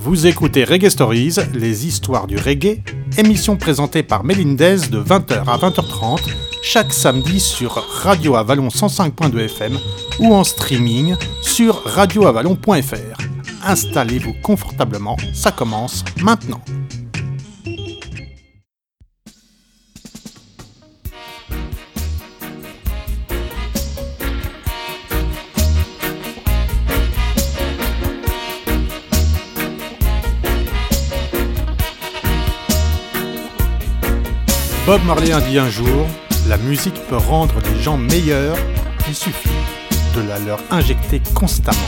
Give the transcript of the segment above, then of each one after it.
Vous écoutez Reggae Stories, les histoires du reggae, émission présentée par Melindez de 20h à 20h30, chaque samedi sur Radio Avalon 105.2 FM ou en streaming sur radioavalon.fr. Installez-vous confortablement, ça commence maintenant. Bob Marley a dit un jour, la musique peut rendre les gens meilleurs, il suffit de la leur injecter constamment.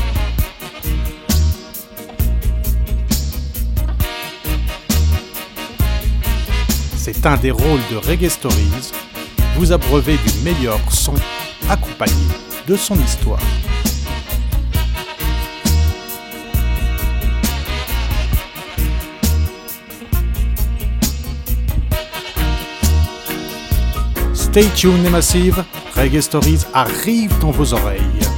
C'est un des rôles de Reggae Stories, vous abreuver du meilleur son accompagné de son histoire. Stay tuned les massives, Reggae Stories arrive dans vos oreilles.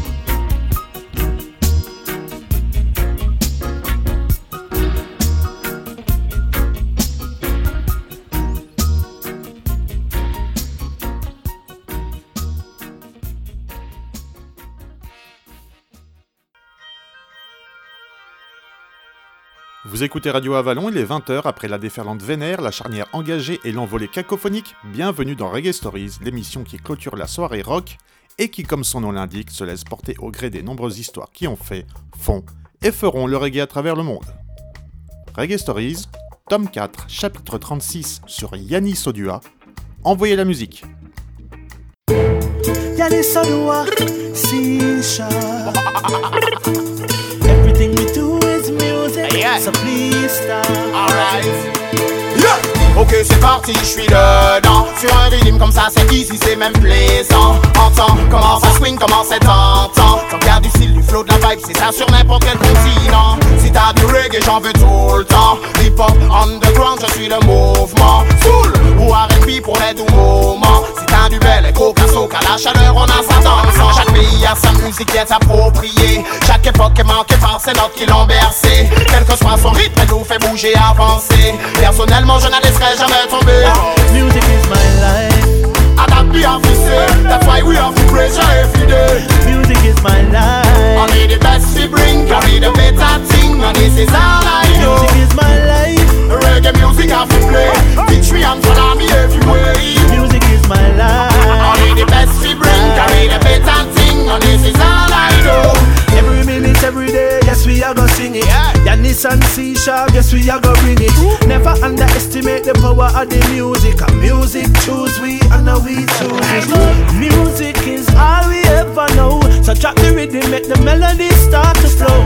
Vous écoutez Radio Avalon, il est 20h après la déferlante vénère, la charnière engagée et l'envolée cacophonique. Bienvenue dans Reggae Stories, l'émission qui clôture la soirée rock et qui, comme son nom l'indique, se laisse porter au gré des nombreuses histoires qui ont fait, font et feront le reggae à travers le monde. Reggae Stories, tome 4, chapitre 36 sur Yannis Odua. Envoyez la musique. Yannis Odua, Sisha. Everything we do is music, yeah. So please stop. Alright. Yeah. Ok, c'est parti, je suis dedans. Sur un rythme comme ça, c'est easy, c'est même plaisant. Entends comment ça swing, comment c'est tentant. Tu regardes du style, du flow, de la vibe, c'est ça sur n'importe quel continent. Si t'as du reggae, j'en veux tout le temps. Hip-hop, underground, je suis le mouvement. Soul ou R&B pour les doux moments. Si t'as du bel écho, soca, la chaleur, on a ça dans le sang. Chaque pays a sa musique qui est appropriée. Chaque époque est manquée par ses notes qui l'ont bercé. Quel que soit son rythme, elle nous fait bouger, avancer. Personnellement, je n'en laisserai jamais tomber. Music is my life. And that we have to say, that's why we have to praise her every day. Music is my life. Only the best we bring, carry the better thing, and this is all I know. Music is my life. Reggae music have to play, teach me and follow me everywhere. Music is my life. Only the best we bring, carry the better thing, and this is all I know. Every minute, every day, yes we are gonna sing it. Yannis and C-Sharp, yes we are gonna bring it. Never underestimate the power of the music. And music choose we, and now we choose it. Music is all we ever know. So drop the rhythm, make the melody start to flow.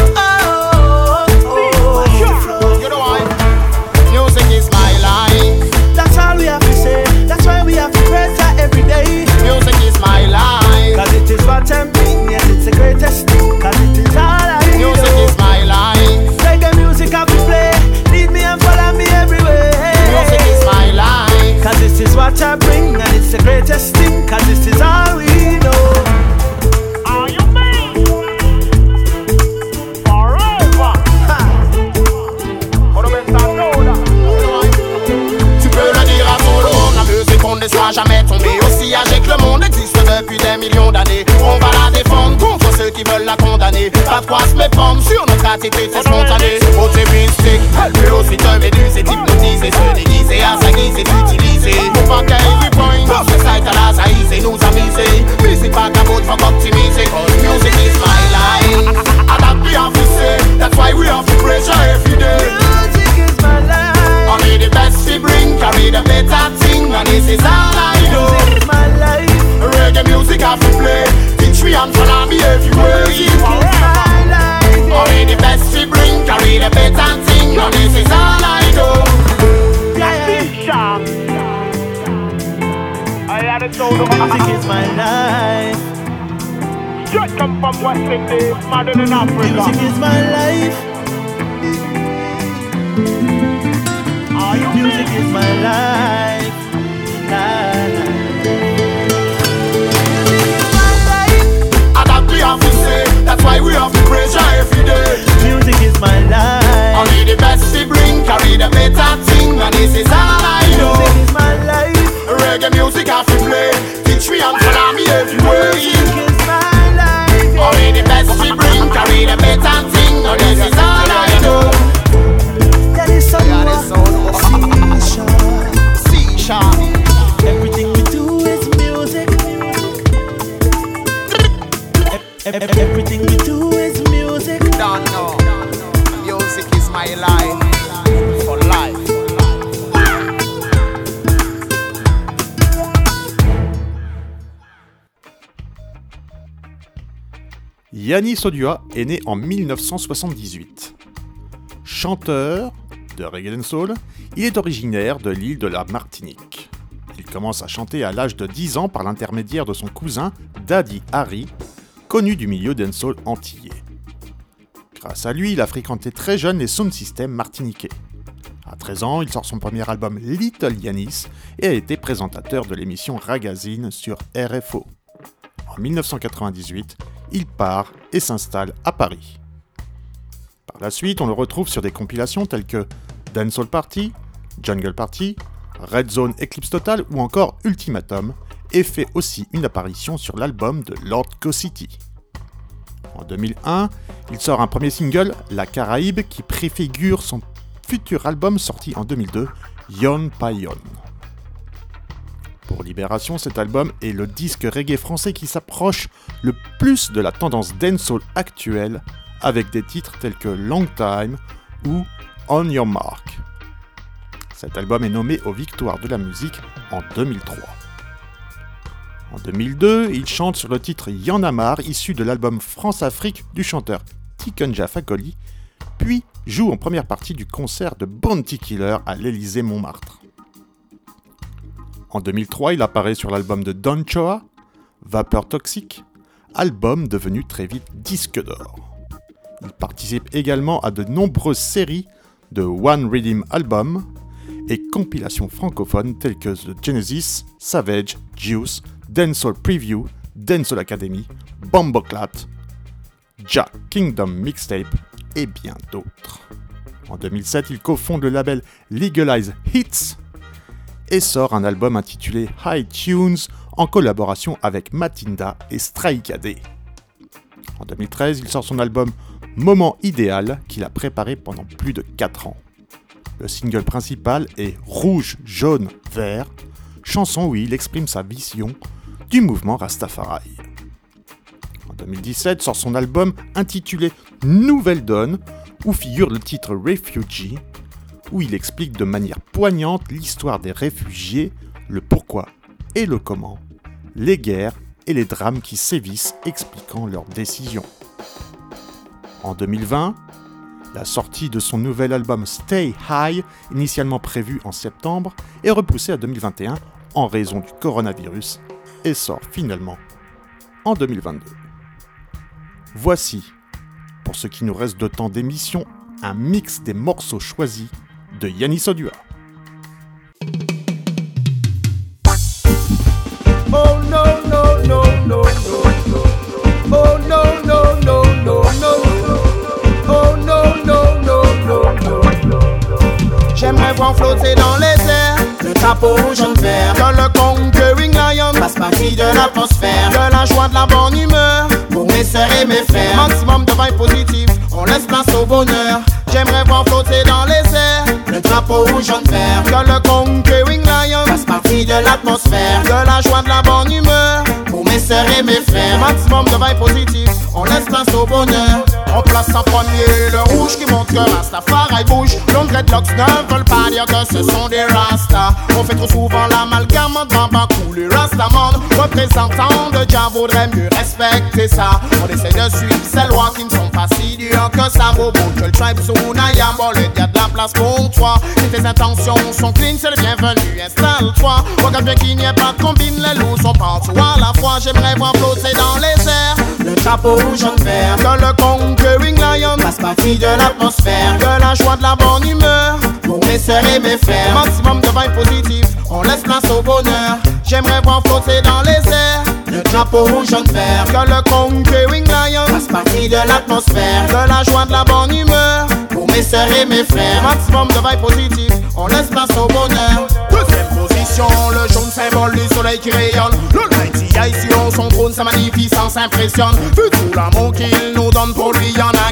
You know why? Music is my life. That's all we have to say. That's why we have to praise her every day. Music is my life. Cause it is what I'm being, yes it's the greatest thing. Cause it is all I know. Music is my life. Reggae music have to play. Lead me and follow me everywhere. Music is my life. Cause this is what I bring, and it's the greatest thing. Cause this is all we know. Are you made forever? Tu peux le dire à tout le monde, la musique on ne soit jamais tombé. Aussi âgé que le monde existe depuis des millions d'années. On va la défendre contre ceux qui veulent la condamner. Pas de quoi se méprendre sur notre attitude, c'est spontané. Côté mystique, elle peut aussi te méduser, t'hypnotiser, se déguiser à sa guise et t'utiliser. Pour pas qu'elle repoint, parce que ça est à la saïse et nous amuser. Musique pas qu'à votre faut optimiser. Cause music is my life. And that we have to say, that's why we have to praise her every day. Music is my life. Only the best we bring, carry the better thing, and this is all I know. Music is my life. Reggae music have to play, teach me and follow me everywhere. Music is my life. Only the best we bring, carry the better thing, and this is all I know. Music is my life. Straight come from West Indies, modern in Africa. Music is my life. Music is my life. And that we have to say, that's why we have to praise her every day. Music is my life. everything we do is music. Don't know. Music is my life. For life. Yannis Odua est né en 1978. Chanteur de reggae and soul, il est originaire de l'île de la Martinique. Il commence à chanter à l'âge de 10 ans par l'intermédiaire de son cousin Daddy Harry, connu du milieu dancehall antillais. Grâce à lui, il a fréquenté très jeune les sound systems martiniquais. À 13 ans, il sort son premier album Little Yannis et a été présentateur de l'émission Ragazine sur RFO. En 1998, il part et s'installe à Paris. Par la suite, on le retrouve sur des compilations telles que Dancehall Party, Jungle Party, Red Zone Eclipse Total ou encore Ultimatum, et fait aussi une apparition sur l'album de Lord City. En 2001, il sort un premier single, La Caraïbe, qui préfigure son futur album sorti en 2002, Yon Pa Yon. Pour Libération, cet album est le disque reggae français qui s'approche le plus de la tendance dancehall actuelle, avec des titres tels que Long Time ou On Your Mark. Cet album est nommé aux Victoires de la musique en 2003. En 2002, il chante sur le titre Y'en a marre, issu de l'album France-Afrique du chanteur Tikenja Fakoly, puis joue en première partie du concert de Bounty Killer à l'Élysée-Montmartre. En 2003, il apparaît sur l'album de Don Choa, Vapeur Toxique, album devenu très vite disque d'or. Il participe également à de nombreuses séries de One Rhythm Album et compilations francophones telles que The Genesis, Savage, Juice, Dancehall Preview, Dancehall Academy, Bomboclat, Jack Kingdom Mixtape et bien d'autres. En 2007, il cofonde le label Legalize Hits et sort un album intitulé High Tunes en collaboration avec Matinda et Strike-AD. En 2013, il sort son album Moment Idéal qu'il a préparé pendant plus de 4 ans. Le single principal est Rouge, Jaune, Vert, chanson où il exprime sa vision du mouvement Rastafari. En 2017, sort son album intitulé Nouvelle Donne, où figure le titre Refugee, où il explique de manière poignante l'histoire des réfugiés, le pourquoi et le comment, les guerres et les drames qui sévissent expliquant leurs décisions. En 2020, la sortie de son nouvel album Stay High, initialement prévue en septembre, est repoussée à 2021 en raison du coronavirus et sort finalement en 2022. Voici, pour ce qui nous reste de temps d'émission, un mix des morceaux choisis de Yannis Odua. Oh no no no no no. Oh no no no no no. Oh no no no no no. J'aimerais voir flotter dans les airs le drapeau rouge en vert. Que le conquering lion fasse partie de l'atmosphère. Que la joie de la bonne humeur pour mes sœurs et mes frères. Maximum de vibes positives, on laisse place au bonheur. J'aimerais voir flotter dans les airs le drapeau rouge en vert. Que le conquering lion fasse partie de l'atmosphère. Que la joie de la bonne humeur pour mes sœurs et mes frères. Maximum de vibes positives, on laisse place au bonheur. On place en premier le rouge qui montre que Rastafari bouge. Longs dreadlocks ne veulent pas dire que ce sont des Rastas. On fait trop souvent l'amalgame entre Bambakou, les Rastaman. Représentants de Jah vaudrait mieux respecter ça. On essaie de suivre ces lois qui ne sont pas si dures que ça. Beau que le tribe Sounayam, bon le gars de la place pour toi. Si tes intentions sont clean, c'est le bienvenu, installe-toi. Regarde bien qu'il n'y ait pas de combine, les loups sont partout à la fois. J'aimerais voir flotter dans les airs le drapeau rouge en vert. Que le conquering lion fasse partie de l'atmosphère. Que la joie de la bonne humeur pour mes sœurs et mes frères. Maximum de vibes positives, on laisse place au bonheur. J'aimerais voir flotter dans les airs le drapeau rouge en vert. Que le conquering lion fasse partie de l'atmosphère. Que la joie de la bonne humeur pour mes sœurs et mes frères. Maximum de vibes positives, on laisse place au bonheur. Deuxième position, le jaune symbole du soleil qui rayonne. Le 90 sur son trône, sa magnificence impressionne. Vu tout l'amour qu'il nous donne, pour lui y'en a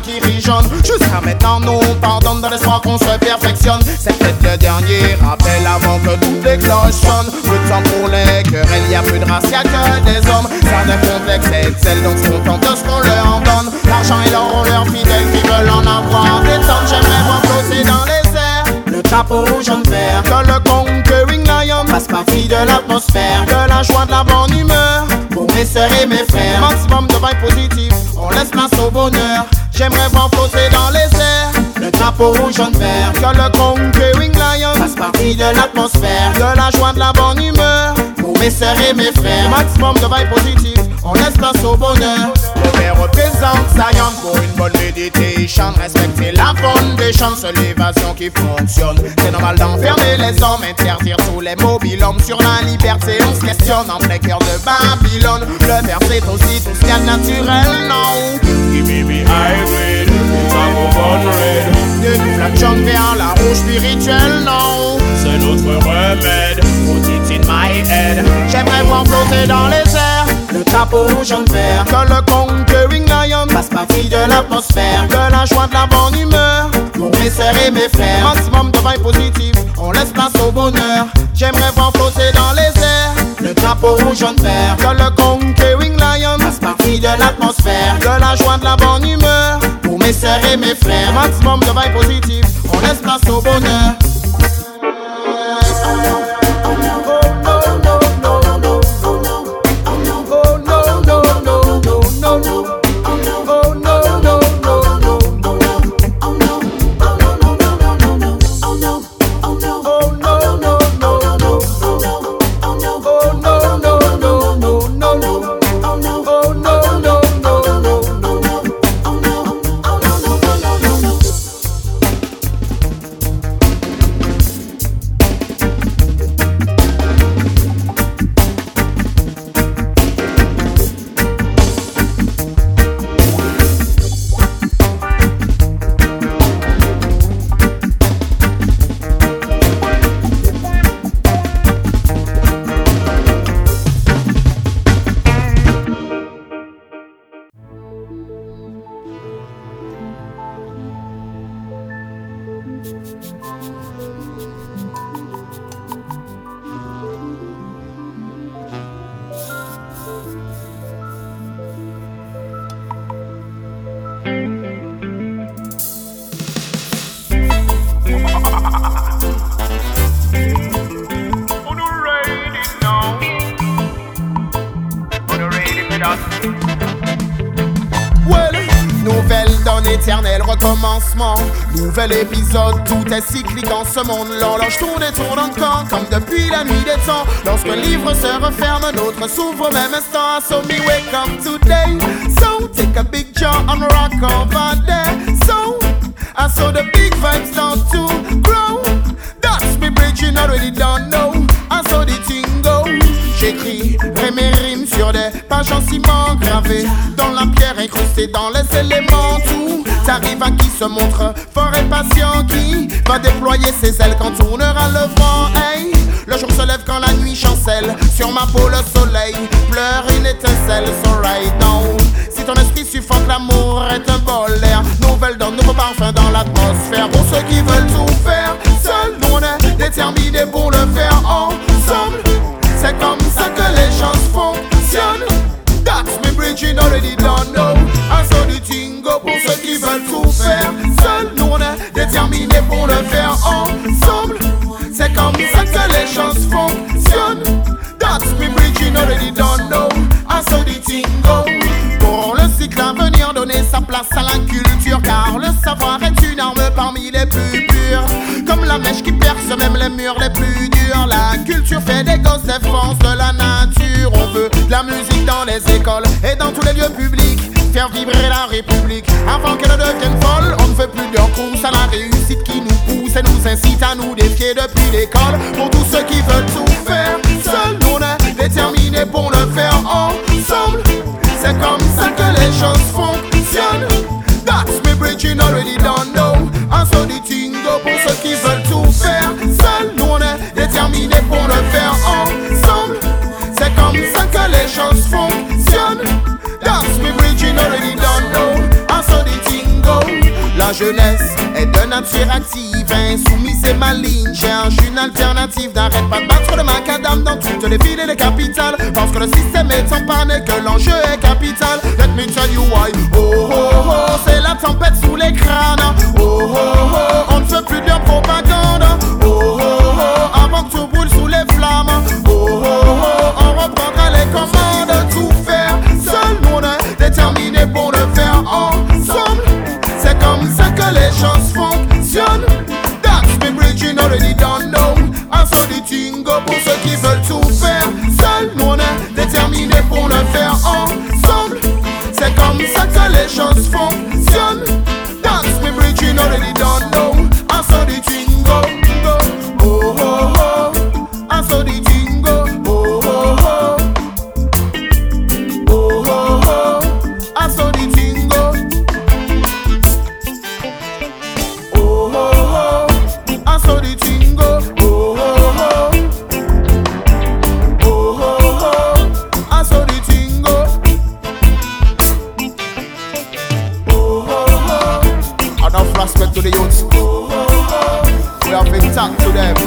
qui rijonnent. Jusqu'à maintenant, nous on pardonne dans l'espoir qu'on se perfectionne. C'est peut-être le dernier rappel avant que toutes les cloches sonnent. Le temps pour les querelles, y'a plus de race, y'a que des hommes. Certains complexes excellent, donc se contentent de ce qu'on leur donne. L'argent et l'or, on leur fidèles qui veulent en avoir des tonnes. J'aimerais voir flotter dans les airs le drapeau rouge en vert. Que le conquering lion fasse partie de l'atmosphère. Que la joie de la bonne humeur pour mes sœurs et mes frères. Maximum de vibes positives, on laisse place au bonheur. J'aimerais voir flotter dans les airs le drapeau rouge en vert. Que le conquering lion fasse partie de l'atmosphère. Que la joie de la bonne humeur pour mes sœurs et mes frères. Maximum de vibes positives, on laisse place au bonheur. Le verre représente Zion pour une bonne méditation. Respecter la foundation, seule l'évasion qui fonctionne. C'est normal d'enfermer les hommes, interdire tous les mobiles hommes. Sur la liberté, on se questionne en plein cœur de Babylone. Le verset aussi tout ce qu'il y a de naturel, non. Give me the high grade, Tango Gun Red. De nous la jaune vers la rouge spirituelle, non. C'est notre remède, put it in my head. J'aimerais voir flotter dans les airs le drapeau rouge en vert. Que le conquering lion fasse partie de l'atmosphère. Que la joie de la bonne humeur pour mes sœurs et mes frères. Maximum de vibes positives, on laisse place au bonheur. J'aimerais voir flotter dans les airs le drapeau rouge en vert. Que le conquering lion fasse partie de l'atmosphère. Que la joie de la bonne humeur pour mes sœurs et mes frères. Maximum de vibes positives, on laisse place au bonheur. Éternel recommencement, nouvel épisode, tout est cyclique en ce monde. L'horloge tourne et tourne encore, comme depuis la nuit des temps. Lorsqu'un livre se referme, l'autre s'ouvre au même instant. So me wake up today, so take a big jump and rock over there. So I saw the big vibes start to grow. That's me bridging, already don't know. I saw the thing go. J'écris mes rimes sur des pages en ciment gravées dans la pierre incrustée dans les éléments. Tout t'arrive à qui se montre fort et patient, qui va déployer ses ailes quand tournera le vent. Hey, le jour se lève quand la nuit chancelle. Sur ma peau le soleil pleure une étincelle. So right now, si ton esprit suffoque, l'amour est un bol d'air. Nouvelle donne, nouveau parfum dans l'atmosphère. Pour ceux qui veulent tout faire seuls, nous on est déterminés pour le faire ensemble. C'est comme ça que les choses fonctionnent. That's me bridging, already don't know. I saw the thing go. Pour ceux qui veulent tout faire seuls, nous on est déterminés pour le faire ensemble. C'est comme ça que les choses fonctionnent. That's me bridging, already don't know. I saw the thing go. Pour le cycle à venir, donner sa place à la culture, car le savoir est une arme parmi les plus pures. Comme la mèche qui perce même les murs les plus durs. La culture fait des gosses défense de la nature. On veut de la musique dans les écoles et dans tous les lieux publics. Faire vibrer la République avant qu'elle ne devienne folle. On ne veut plus de course à la réussite qui nous pousse et nous incite à nous défier depuis l'école. Pour tous ceux qui veulent tout faire seuls, nous on est déterminés pour le faire ensemble. C'est comme ça que les choses fonctionnent. That's me bridging, already don't know. I saw the thing go. Pour ceux qui veulent tout faire seuls, nous on est déterminés pour le faire ensemble. C'est comme ça que les choses fonctionnent. That's me bridging, already don't know. I saw the thing go. jeunesse est de nature active, insoumise et maligne, cherche une alternative. N'arrête pas de battre le macadam dans toutes les villes et les capitales, parce que le système est en panne et que l'enjeu est capital. Let me tell you why. Oh oh oh, c'est la tempête sous les crânes. Oh oh oh, on ne fait plus de leur propagande. Oh oh oh, avant que tout brûle sous les flammes. Oh oh oh, on reprendra les commandes. Tout faire seul, on est déterminé pour le faire ensemble. C'est comme ça que les choses fonctionnent. That's been bridging already don't know. I saw the tingo pour ceux qui veulent tout faire seul, on est déterminé pour le faire ensemble. C'est comme ça que les choses fonctionnent. That's been bridging already don't know. I saw the tingo. Oh oh oh, I saw the tingo. Oh oh oh, oh oh oh, I saw the tingo. Oh oh oh, I saw the tingo. Oh oh oh, oh oh oh, I saw the tingo. Oh oh oh, enough respect to the youths. Oh oh oh, we have been talked to them.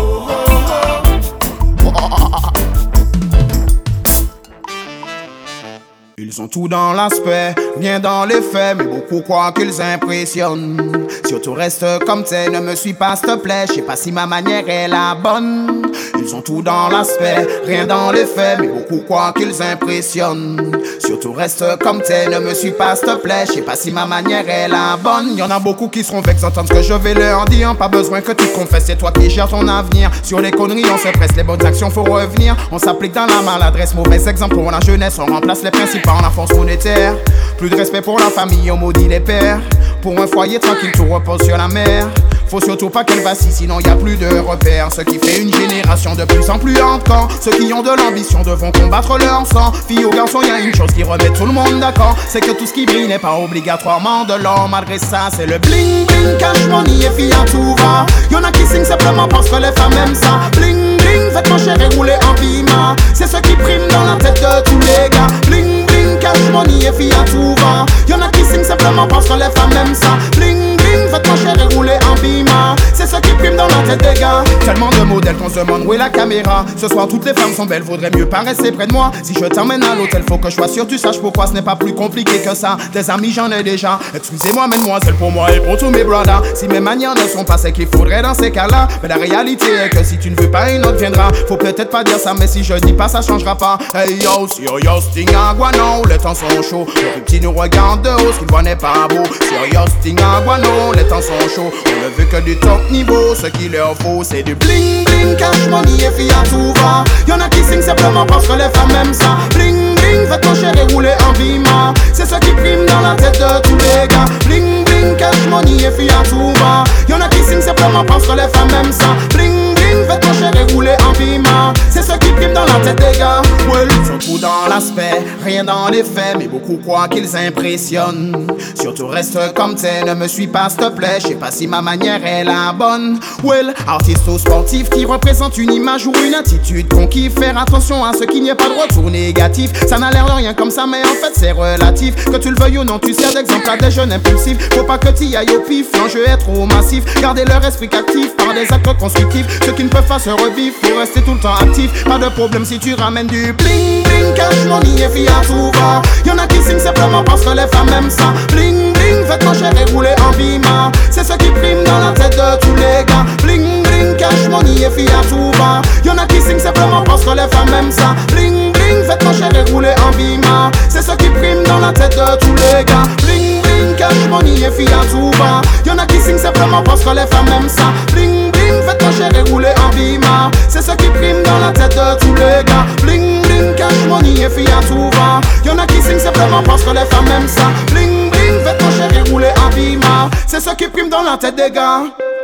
Ils ont tout dans l'aspect, rien dans les faits, mais beaucoup croient qu'ils impressionnent. Surtout reste comme t'es, ne me suis pas s'il te plaît, je sais pas si ma manière est la bonne. Ils ont tout dans l'aspect, rien dans les faits, mais beaucoup croient qu'ils impressionnent. Surtout reste comme t'es, ne me suis pas s'il te plaît, je sais pas si ma manière est la bonne. Y'en a beaucoup qui seront vexés d'entendre ce que je vais leur dire. Pas besoin que tu te confesses, c'est toi qui gères ton avenir. Sur les conneries on se presse, les bonnes actions faut revenir. On s'applique dans la maladresse, mauvais exemple pour la jeunesse. On remplace les principes par la force monétaire. Plus de respect pour la famille, on maudit les pères. Pour un foyer tranquille, tout repose sur la mer. Faut surtout pas qu'elle vacille, sinon y a plus de repères. Ce qui fait une génération de plus en plus encore. Ceux qui ont de l'ambition devront combattre leur sang. Filles ou garçons, y a une chose qui remet tout le monde d'accord. C'est que tout ce qui brille n'est pas obligatoirement de l'or. Malgré ça, c'est le bling bling, cash money et filles à tout va. Y'en a qui signent simplement parce que les femmes aiment ça. Bling bling, faites mon cher et roulez en piment. C'est ce qui prime dans la tête de tous les gars. Bling bling, cash money et filles à tout va. Y'en a qui signent simplement parce que les femmes aiment ça. Bling bling, faites mon cher et roulez en piment. C'est ce qui prime dans la tête des gars. Tellement de modèles qu'on se demande où est la caméra. Ce soir toutes les femmes sont belles, vaudrait mieux pas rester près de moi. Si je t'emmène à l'hôtel, faut que je sois sûr, tu saches pourquoi. Ce n'est pas plus compliqué que ça. Des amis j'en ai déjà. Excusez-moi mesdemoiselles, pour moi et pour tous mes brothers. Si mes manières ne sont pas ce qu'il faudrait dans ces cas-là, mais la réalité est que si tu ne veux pas, une autre viendra. Faut peut-être pas dire ça, mais si je dis pas, ça changera pas. Hey yo, si yo sting à guano, les temps sont chauds. Le petit nous regarde de haut, ce qu'il voit n'est pas beau. Si yo sting à guano, les temps sont chauds. On ne veut que du top niveau, ce qu'il leur faut c'est du bling bling, cash money et filles à tout va. Y'en a qui signent simplement parce que les femmes aiment ça. Bling bling, faites ton cher et roulez en bima. C'est ce qui prime dans la tête de tous les gars. Bling bling, cash money et filles à tout va. Y'en a qui signent simplement parce que les femmes aiment ça. Bling bling, faites ton cher et roulez en bima. C'est ce qui prime dans la tête des gars. Well, ils sont tout dans l'aspect, rien dans les faits, mais beaucoup croient qu'ils impressionnent. Surtout reste comme t'es, ne me suis pas s'il te plaît, je sais pas si ma manière est la bonne. Well, artiste ou sportif qui représente une image ou une attitude qu'on kiffe. Faire attention à ce qu'il n'y ait pas de retour négatif. Ça n'a l'air de rien comme ça, mais en fait c'est relatif. Que tu le veuilles ou non, tu sers d'exemple à des jeunes impulsifs. Faut pas que t'y ailles au pif, l'enjeu est trop massif. Gardez leur esprit actif par des actes constructifs. Ceux qui ne peuvent pas se revivre, faut rester tout le temps actif. Pas de problème si tu ramènes du bling bling, cash money et filles à tout va. Y'en a qui signent simplement parce que les femmes aiment ça. Bling bling, faites mon cher et roulez en bima. C'est ce qui prime dans la tête de tous les gars. Bling bling, cash money et filles à tout va. Y'en a qui signent simplement parce que les femmes aiment ça. Bling bling, faites mon cher et roulez en bima. C'est ce qui prime dans la tête de tous les gars. Bling bling, cash money et filles à tout va. Y'en a qui signent simplement parce que les femmes aiment ça. Bling bling, faites mon cher et roulez en bima. C'est ce qui prime dans la tête de tous les gars. Bling bling, cash money et filles à tout va. Y'en a qui signent simplement parce que les femmes aiment ça. Bling bling, faites mon cher et roulez en bima. C'est ce qui prime dans la tête des gars.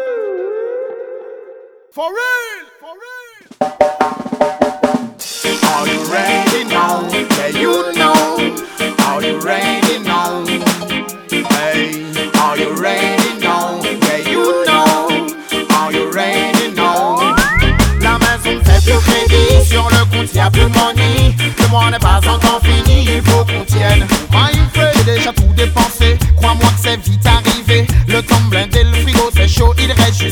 For real, for real. Are you ready now? Yeah, you know. Are you ready now? Hey, are you ready now? Yeah, you know. Are you ready now? La maison fait plus crédit, sur le compte y'a plus money. Le mois n'est pas encore fini, il faut qu'on tienne. My friend, j'ai déjà tout dépensé, crois-moi que c'est vite arrivé. Le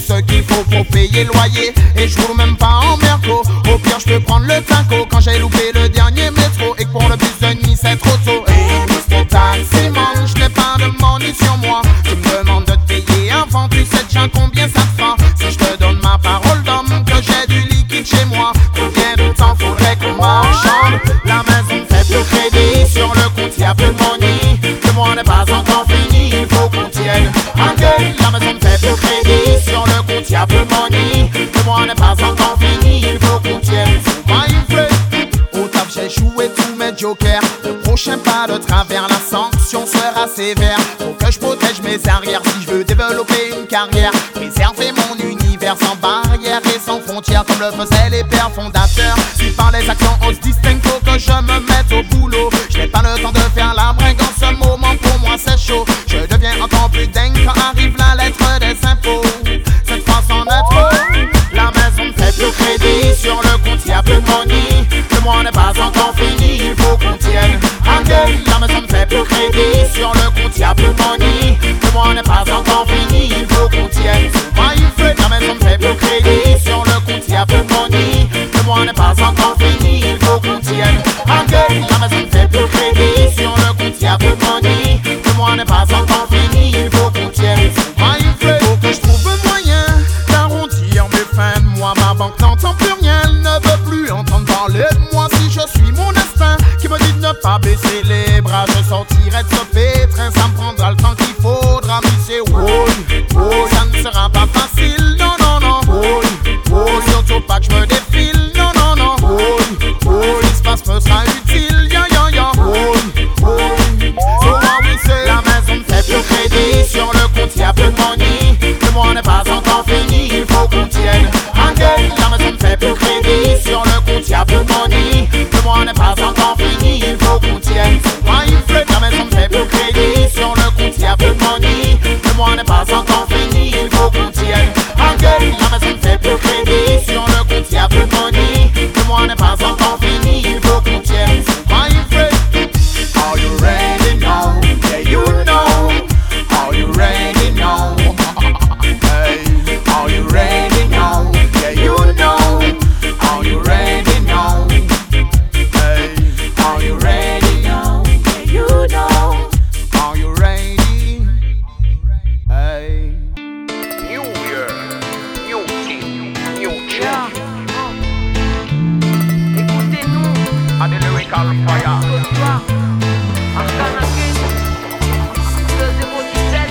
ce qu'il faut pour payer le loyer. Et je roule même pas en merco. Au pire je peux prendre le taco quand j'ai loupé le dernier métro. Et que pour le bus de nuit c'est trop tôt. Et Mr. Taximan, je n'ai pas de money sur moi. Tu me demandes de te payer avant, tu sais déjà combien ça te fera. Si je te donne ma parole d'homme que j'ai du liquide chez moi, combien de temps faudrait qu'on marchande? La maison fait plus crédit, sur le compte y'a plus de money. Le mois n'est pas encore fini, il faut qu'on tienne un gueule. La maison fait plus crédit, sur le compte y'a plus de money. Le mois n'est pas encore fini, il faut qu'on tienne. Au taf j'ai joué tous mes jokers. Le prochain pas de travers, la sanction sera sévère. Faut que je protège mes arrières si je veux développer une carrière. Préserver mon univers sans barrières et sans frontières, comme le faisaient les pères fondateurs. Si par les actions on se distingue, faut que je me mette au boulot. Je n'ai pas le temps de faire la bringue en ce moment, pour moi c'est chaud. Je deviens encore plus dingue quand arrive la lettre des impôts. Cette fois sans être la maison ne fait plus crédit, sur le compte y'a plus de money. Le mois n'est pas encore fini, il faut qu'on tienne un gueule. La maison ne fait plus crédit, sur le compte y'a plus de money. Le mois n'est pas encore fini, il faut qu'on tienne. La maison ne fait plus crédit, sur le compte y'a plus de money. Le mois n'est pas encore fini, il faut qu'on tienne un gueule. La maison ne fait plus crédit, sur le compte y'a plus de money. Le mois n'est pas encore fini, il faut qu'on tienne. Faut que je trouve un moyen d'arrondir mes fins de mois. Ma banque n'entend plus rien, elle ne veut plus entendre parler de moi. Si je suis mon instinct qui me dit de ne pas baisser les bras, je sortirai de ce pétrin, ça me prendra le temps qu'il faudra. Mais c'est ça ne sera pas facile, non, non, non. Surtout pas que je me défile, non, non, non. L'espace me sera utile, ya, ya, ya. La maison ne fait plus crédit, sur le compte y'a plus de money. Le mois n'est pas encore fini, il faut qu'on tienne un gueule. La maison ne fait plus crédit, sur le compte y'a plus de money. Le mois n'est pas encore fini, il faut qu'on tienne. La maison ne fait plus crédit, sur le compte y'a plus de money. Le mois n'est pas encore fini, il faut qu'on tienne un gueule. La maison ne fait plus crédit, sur le compte y'a plus de money. Le mois n'est pas encore fini, il faut qu'on tienne. Are you ready now? Yeah, you know. Are you ready now? Hey, are you ready now? Yeah, you know. Are you ready now? Hey, are you ready now? Yeah, you know. Are you ready? Hey. New year, new team, new change. Écoutez-nous. À des lyrical fire. Ce soir, en Canakin, le 017.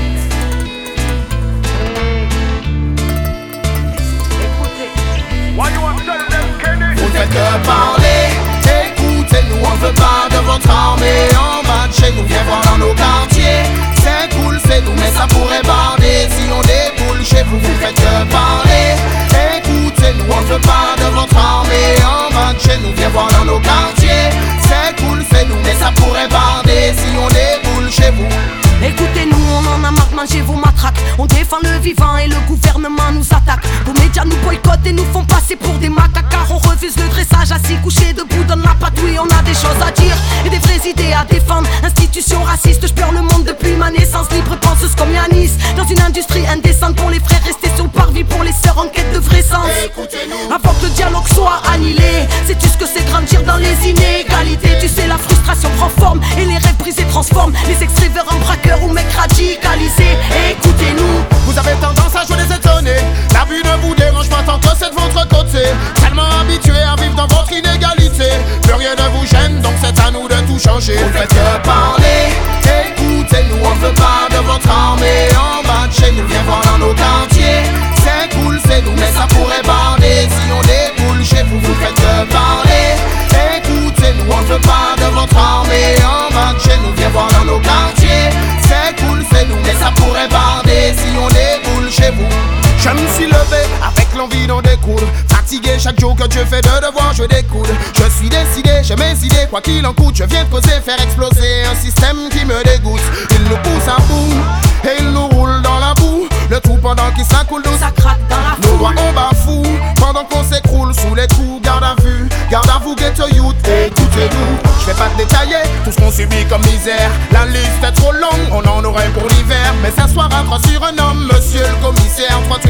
Écoutez. Why you want to tell them, Kenny? Vous ne faites que parler, écoutez-nous, on veut pas de votre armée en bas de chez nous, viens voir dans nos quartiers. C'est cool, c'est nous, mais ça pourrait barder si on déboule chez vous. Vous ne faites que parler, écoutez-nous, on veut pas de votre armée en bas de chez nous, viens voir dans nos quartiers. C'est cool, c'est nous, mais ça pourrait barder si on déboule chez vous. Écoutez-nous, on en a marre de manger vos matraques. On défend le vivant et le gouvernement nous attaque. Vos médias nous boycottent et nous font passer pour des macaques. Car on refuse le dressage, assis couché debout donne la patouille. On a des choses à dire et des vraies idées à défendre. Institution raciste, je pleure le monde depuis ma naissance. Libre penseuse comme Yanis, dans une industrie indécente. Pour les frères restés sur le parvis, pour les sœurs en quête de vrai sens. Avant que le dialogue soit annihilé, sais-tu ce que c'est grandir dans les inégalités? Tu sais la frustration prend forme et les rêves brisés transforment les ex-rêveurs en braqueurs ou mecs radicalisés. Écoutez-nous. Vous avez tendance à jouer les étonnés. La vue ne vous dérange pas tant que c'est de votre côté. Tellement habitué à vivre dans votre inégalité, plus rien ne vous gêne, donc c'est à nous de tout changer. Vous faites que parler, écoutez-nous, on veut pas de votre armée en bas de chez nous, viens voir dans nos quartiers. C'est cool, c'est nous, mais ça pourrait barder si on déboule chez vous. Vous faites que parler, écoutez-nous, on veut pas de votre armée en bas de chez nous, viens voir dans nos quartiers. C'est cool, c'est nous, mais ça pourrait barder si on déboule chez vous. Je me suis levé avec l'envie d'en découdre. Fatigué chaque jour que Dieu fait de devoir, je découde. Je suis décidé, j'ai mes idées, quoi qu'il en coûte. Je viens de poser, faire exploser un système qui me dégoûte. Il nous pousse à bout et il nous roule dans la boue. Le tout pendant qu'il s'accoule d'eau, Ça craque dans la nos foule. doigts on bafoue pendant qu'on s'écroule sous les coups. Garde à vous, ghetto youth, écoutez-nous. Je vais pas te détailler tout ce qu'on subit comme misère. La liste est trop longue, on en aurait pour l'hiver. Mais s'asseoir à trois sur un homme, monsieur le commissaire. Toi tu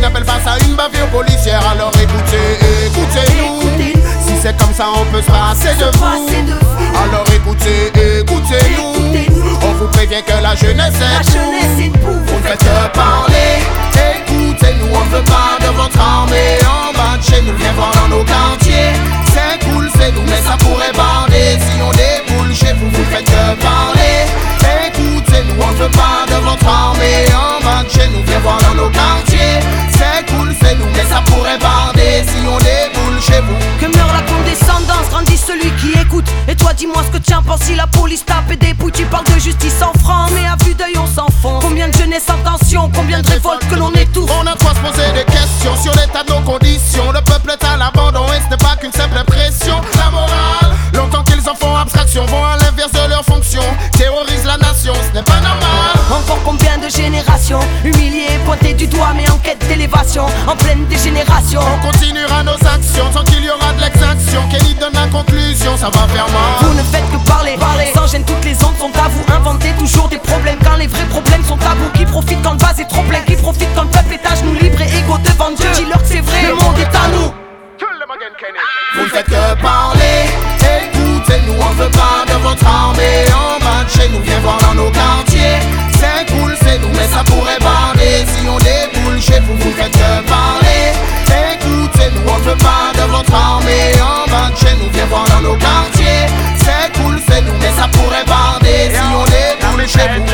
n'appelle pas ça une bavure policière. Alors écoutez-nous. Si c'est comme ça, on peut se passer de vous. Alors écoutez-nous. On vous prévient que la jeunesse est vous. Vous ne faites que parler. Écoutez-nous, on ne veut pas de votre armée en bas de chez nous. Viens voir dans nos quartiers. C'est cool, c'est nous, mais ça pourrait bander. Si on déboule chez vous, vous ne faites que parler. Écoutez-nous, on ne veut pas de votre armée en bas de chez nous. Viens voir dans nos quartiers. C'est cool, c'est nous, mais ça pourrait bander. Si on déboule chez vous. Que meurt la condescendance, grandit celui qui écoute. Et toi dis-moi ce que tu en penses si la police tape et dépouille. Tu parles de justice sans franc, mais à vue d'œil on s'enfonce. Combien de jeunesse en tension, combien de révoltes que l'on étouffe. On a quoi se poser des questions sur l'état de nos conditions. Le peuple est à l'abandon et ce n'est pas qu'une simple impression. La morale, longtemps qu'ils en font abstraction, vont à l'inverse de leur fonction. Terrorisent la nation, ce n'est pas normal. Encore combien de générations humiliées, pointées du doigt mais en quête d'élévation, en pleine dégénération. On continuera nos actions tant qu'il y aura de l'exaction. Kelly donne la conclusion, ça va faire mal. Vous ne faites que parler, sans gêne toutes les ondes sont à vous. Inventez toujours des problèmes quand les vrais problèmes sont tabous. Qui profite quand le vase est trop plein, qui profite quand le peuple est à genoux libre et égaux devant Dieu. Dis-leur que c'est vrai, le monde est à nous. Vous ne faites que parler. Écoutez-nous, on veut pas de votre armée en bas de chez nous. Viens voir dans nos quartiers. C'est cool, c'est nous, mais ça pourrait bander. Si on déboule chez vous, vous ne faites que parler. Écoutez-nous, on veut pas de votre armée en bas de chez nous. Viens voir dans nos quartiers. C'est cool, c'est nous, mais ça pourrait bander. Si on déboule chez vous.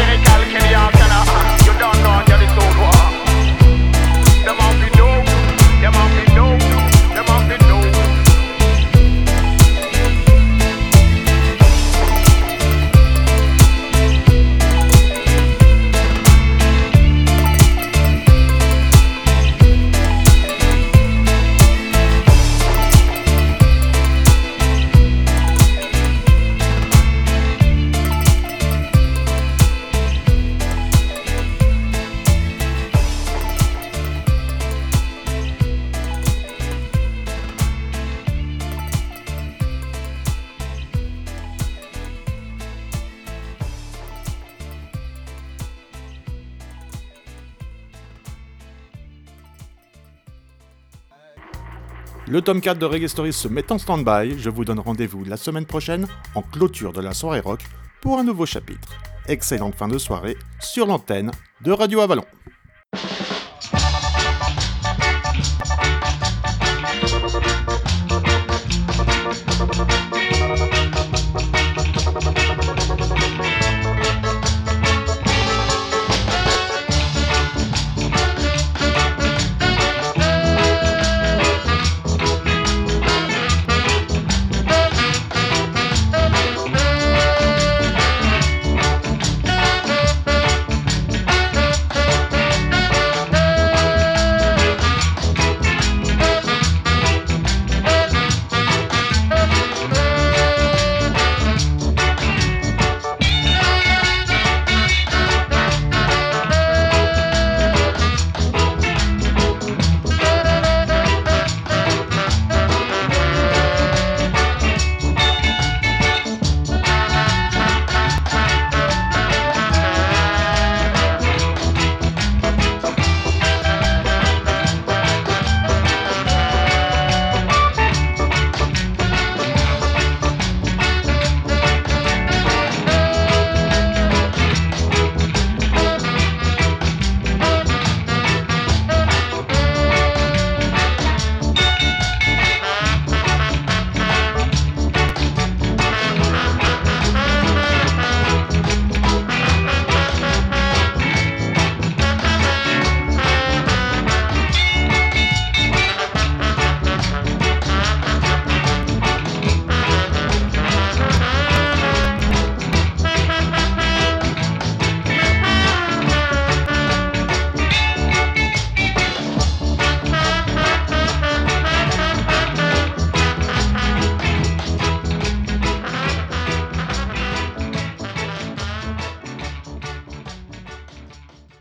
Le tome 4 de Reggae Stories se met en stand-by. Je vous donne rendez-vous la semaine prochaine, en clôture de la soirée rock, pour un nouveau chapitre. Excellente fin de soirée sur l'antenne de Radio Avalon.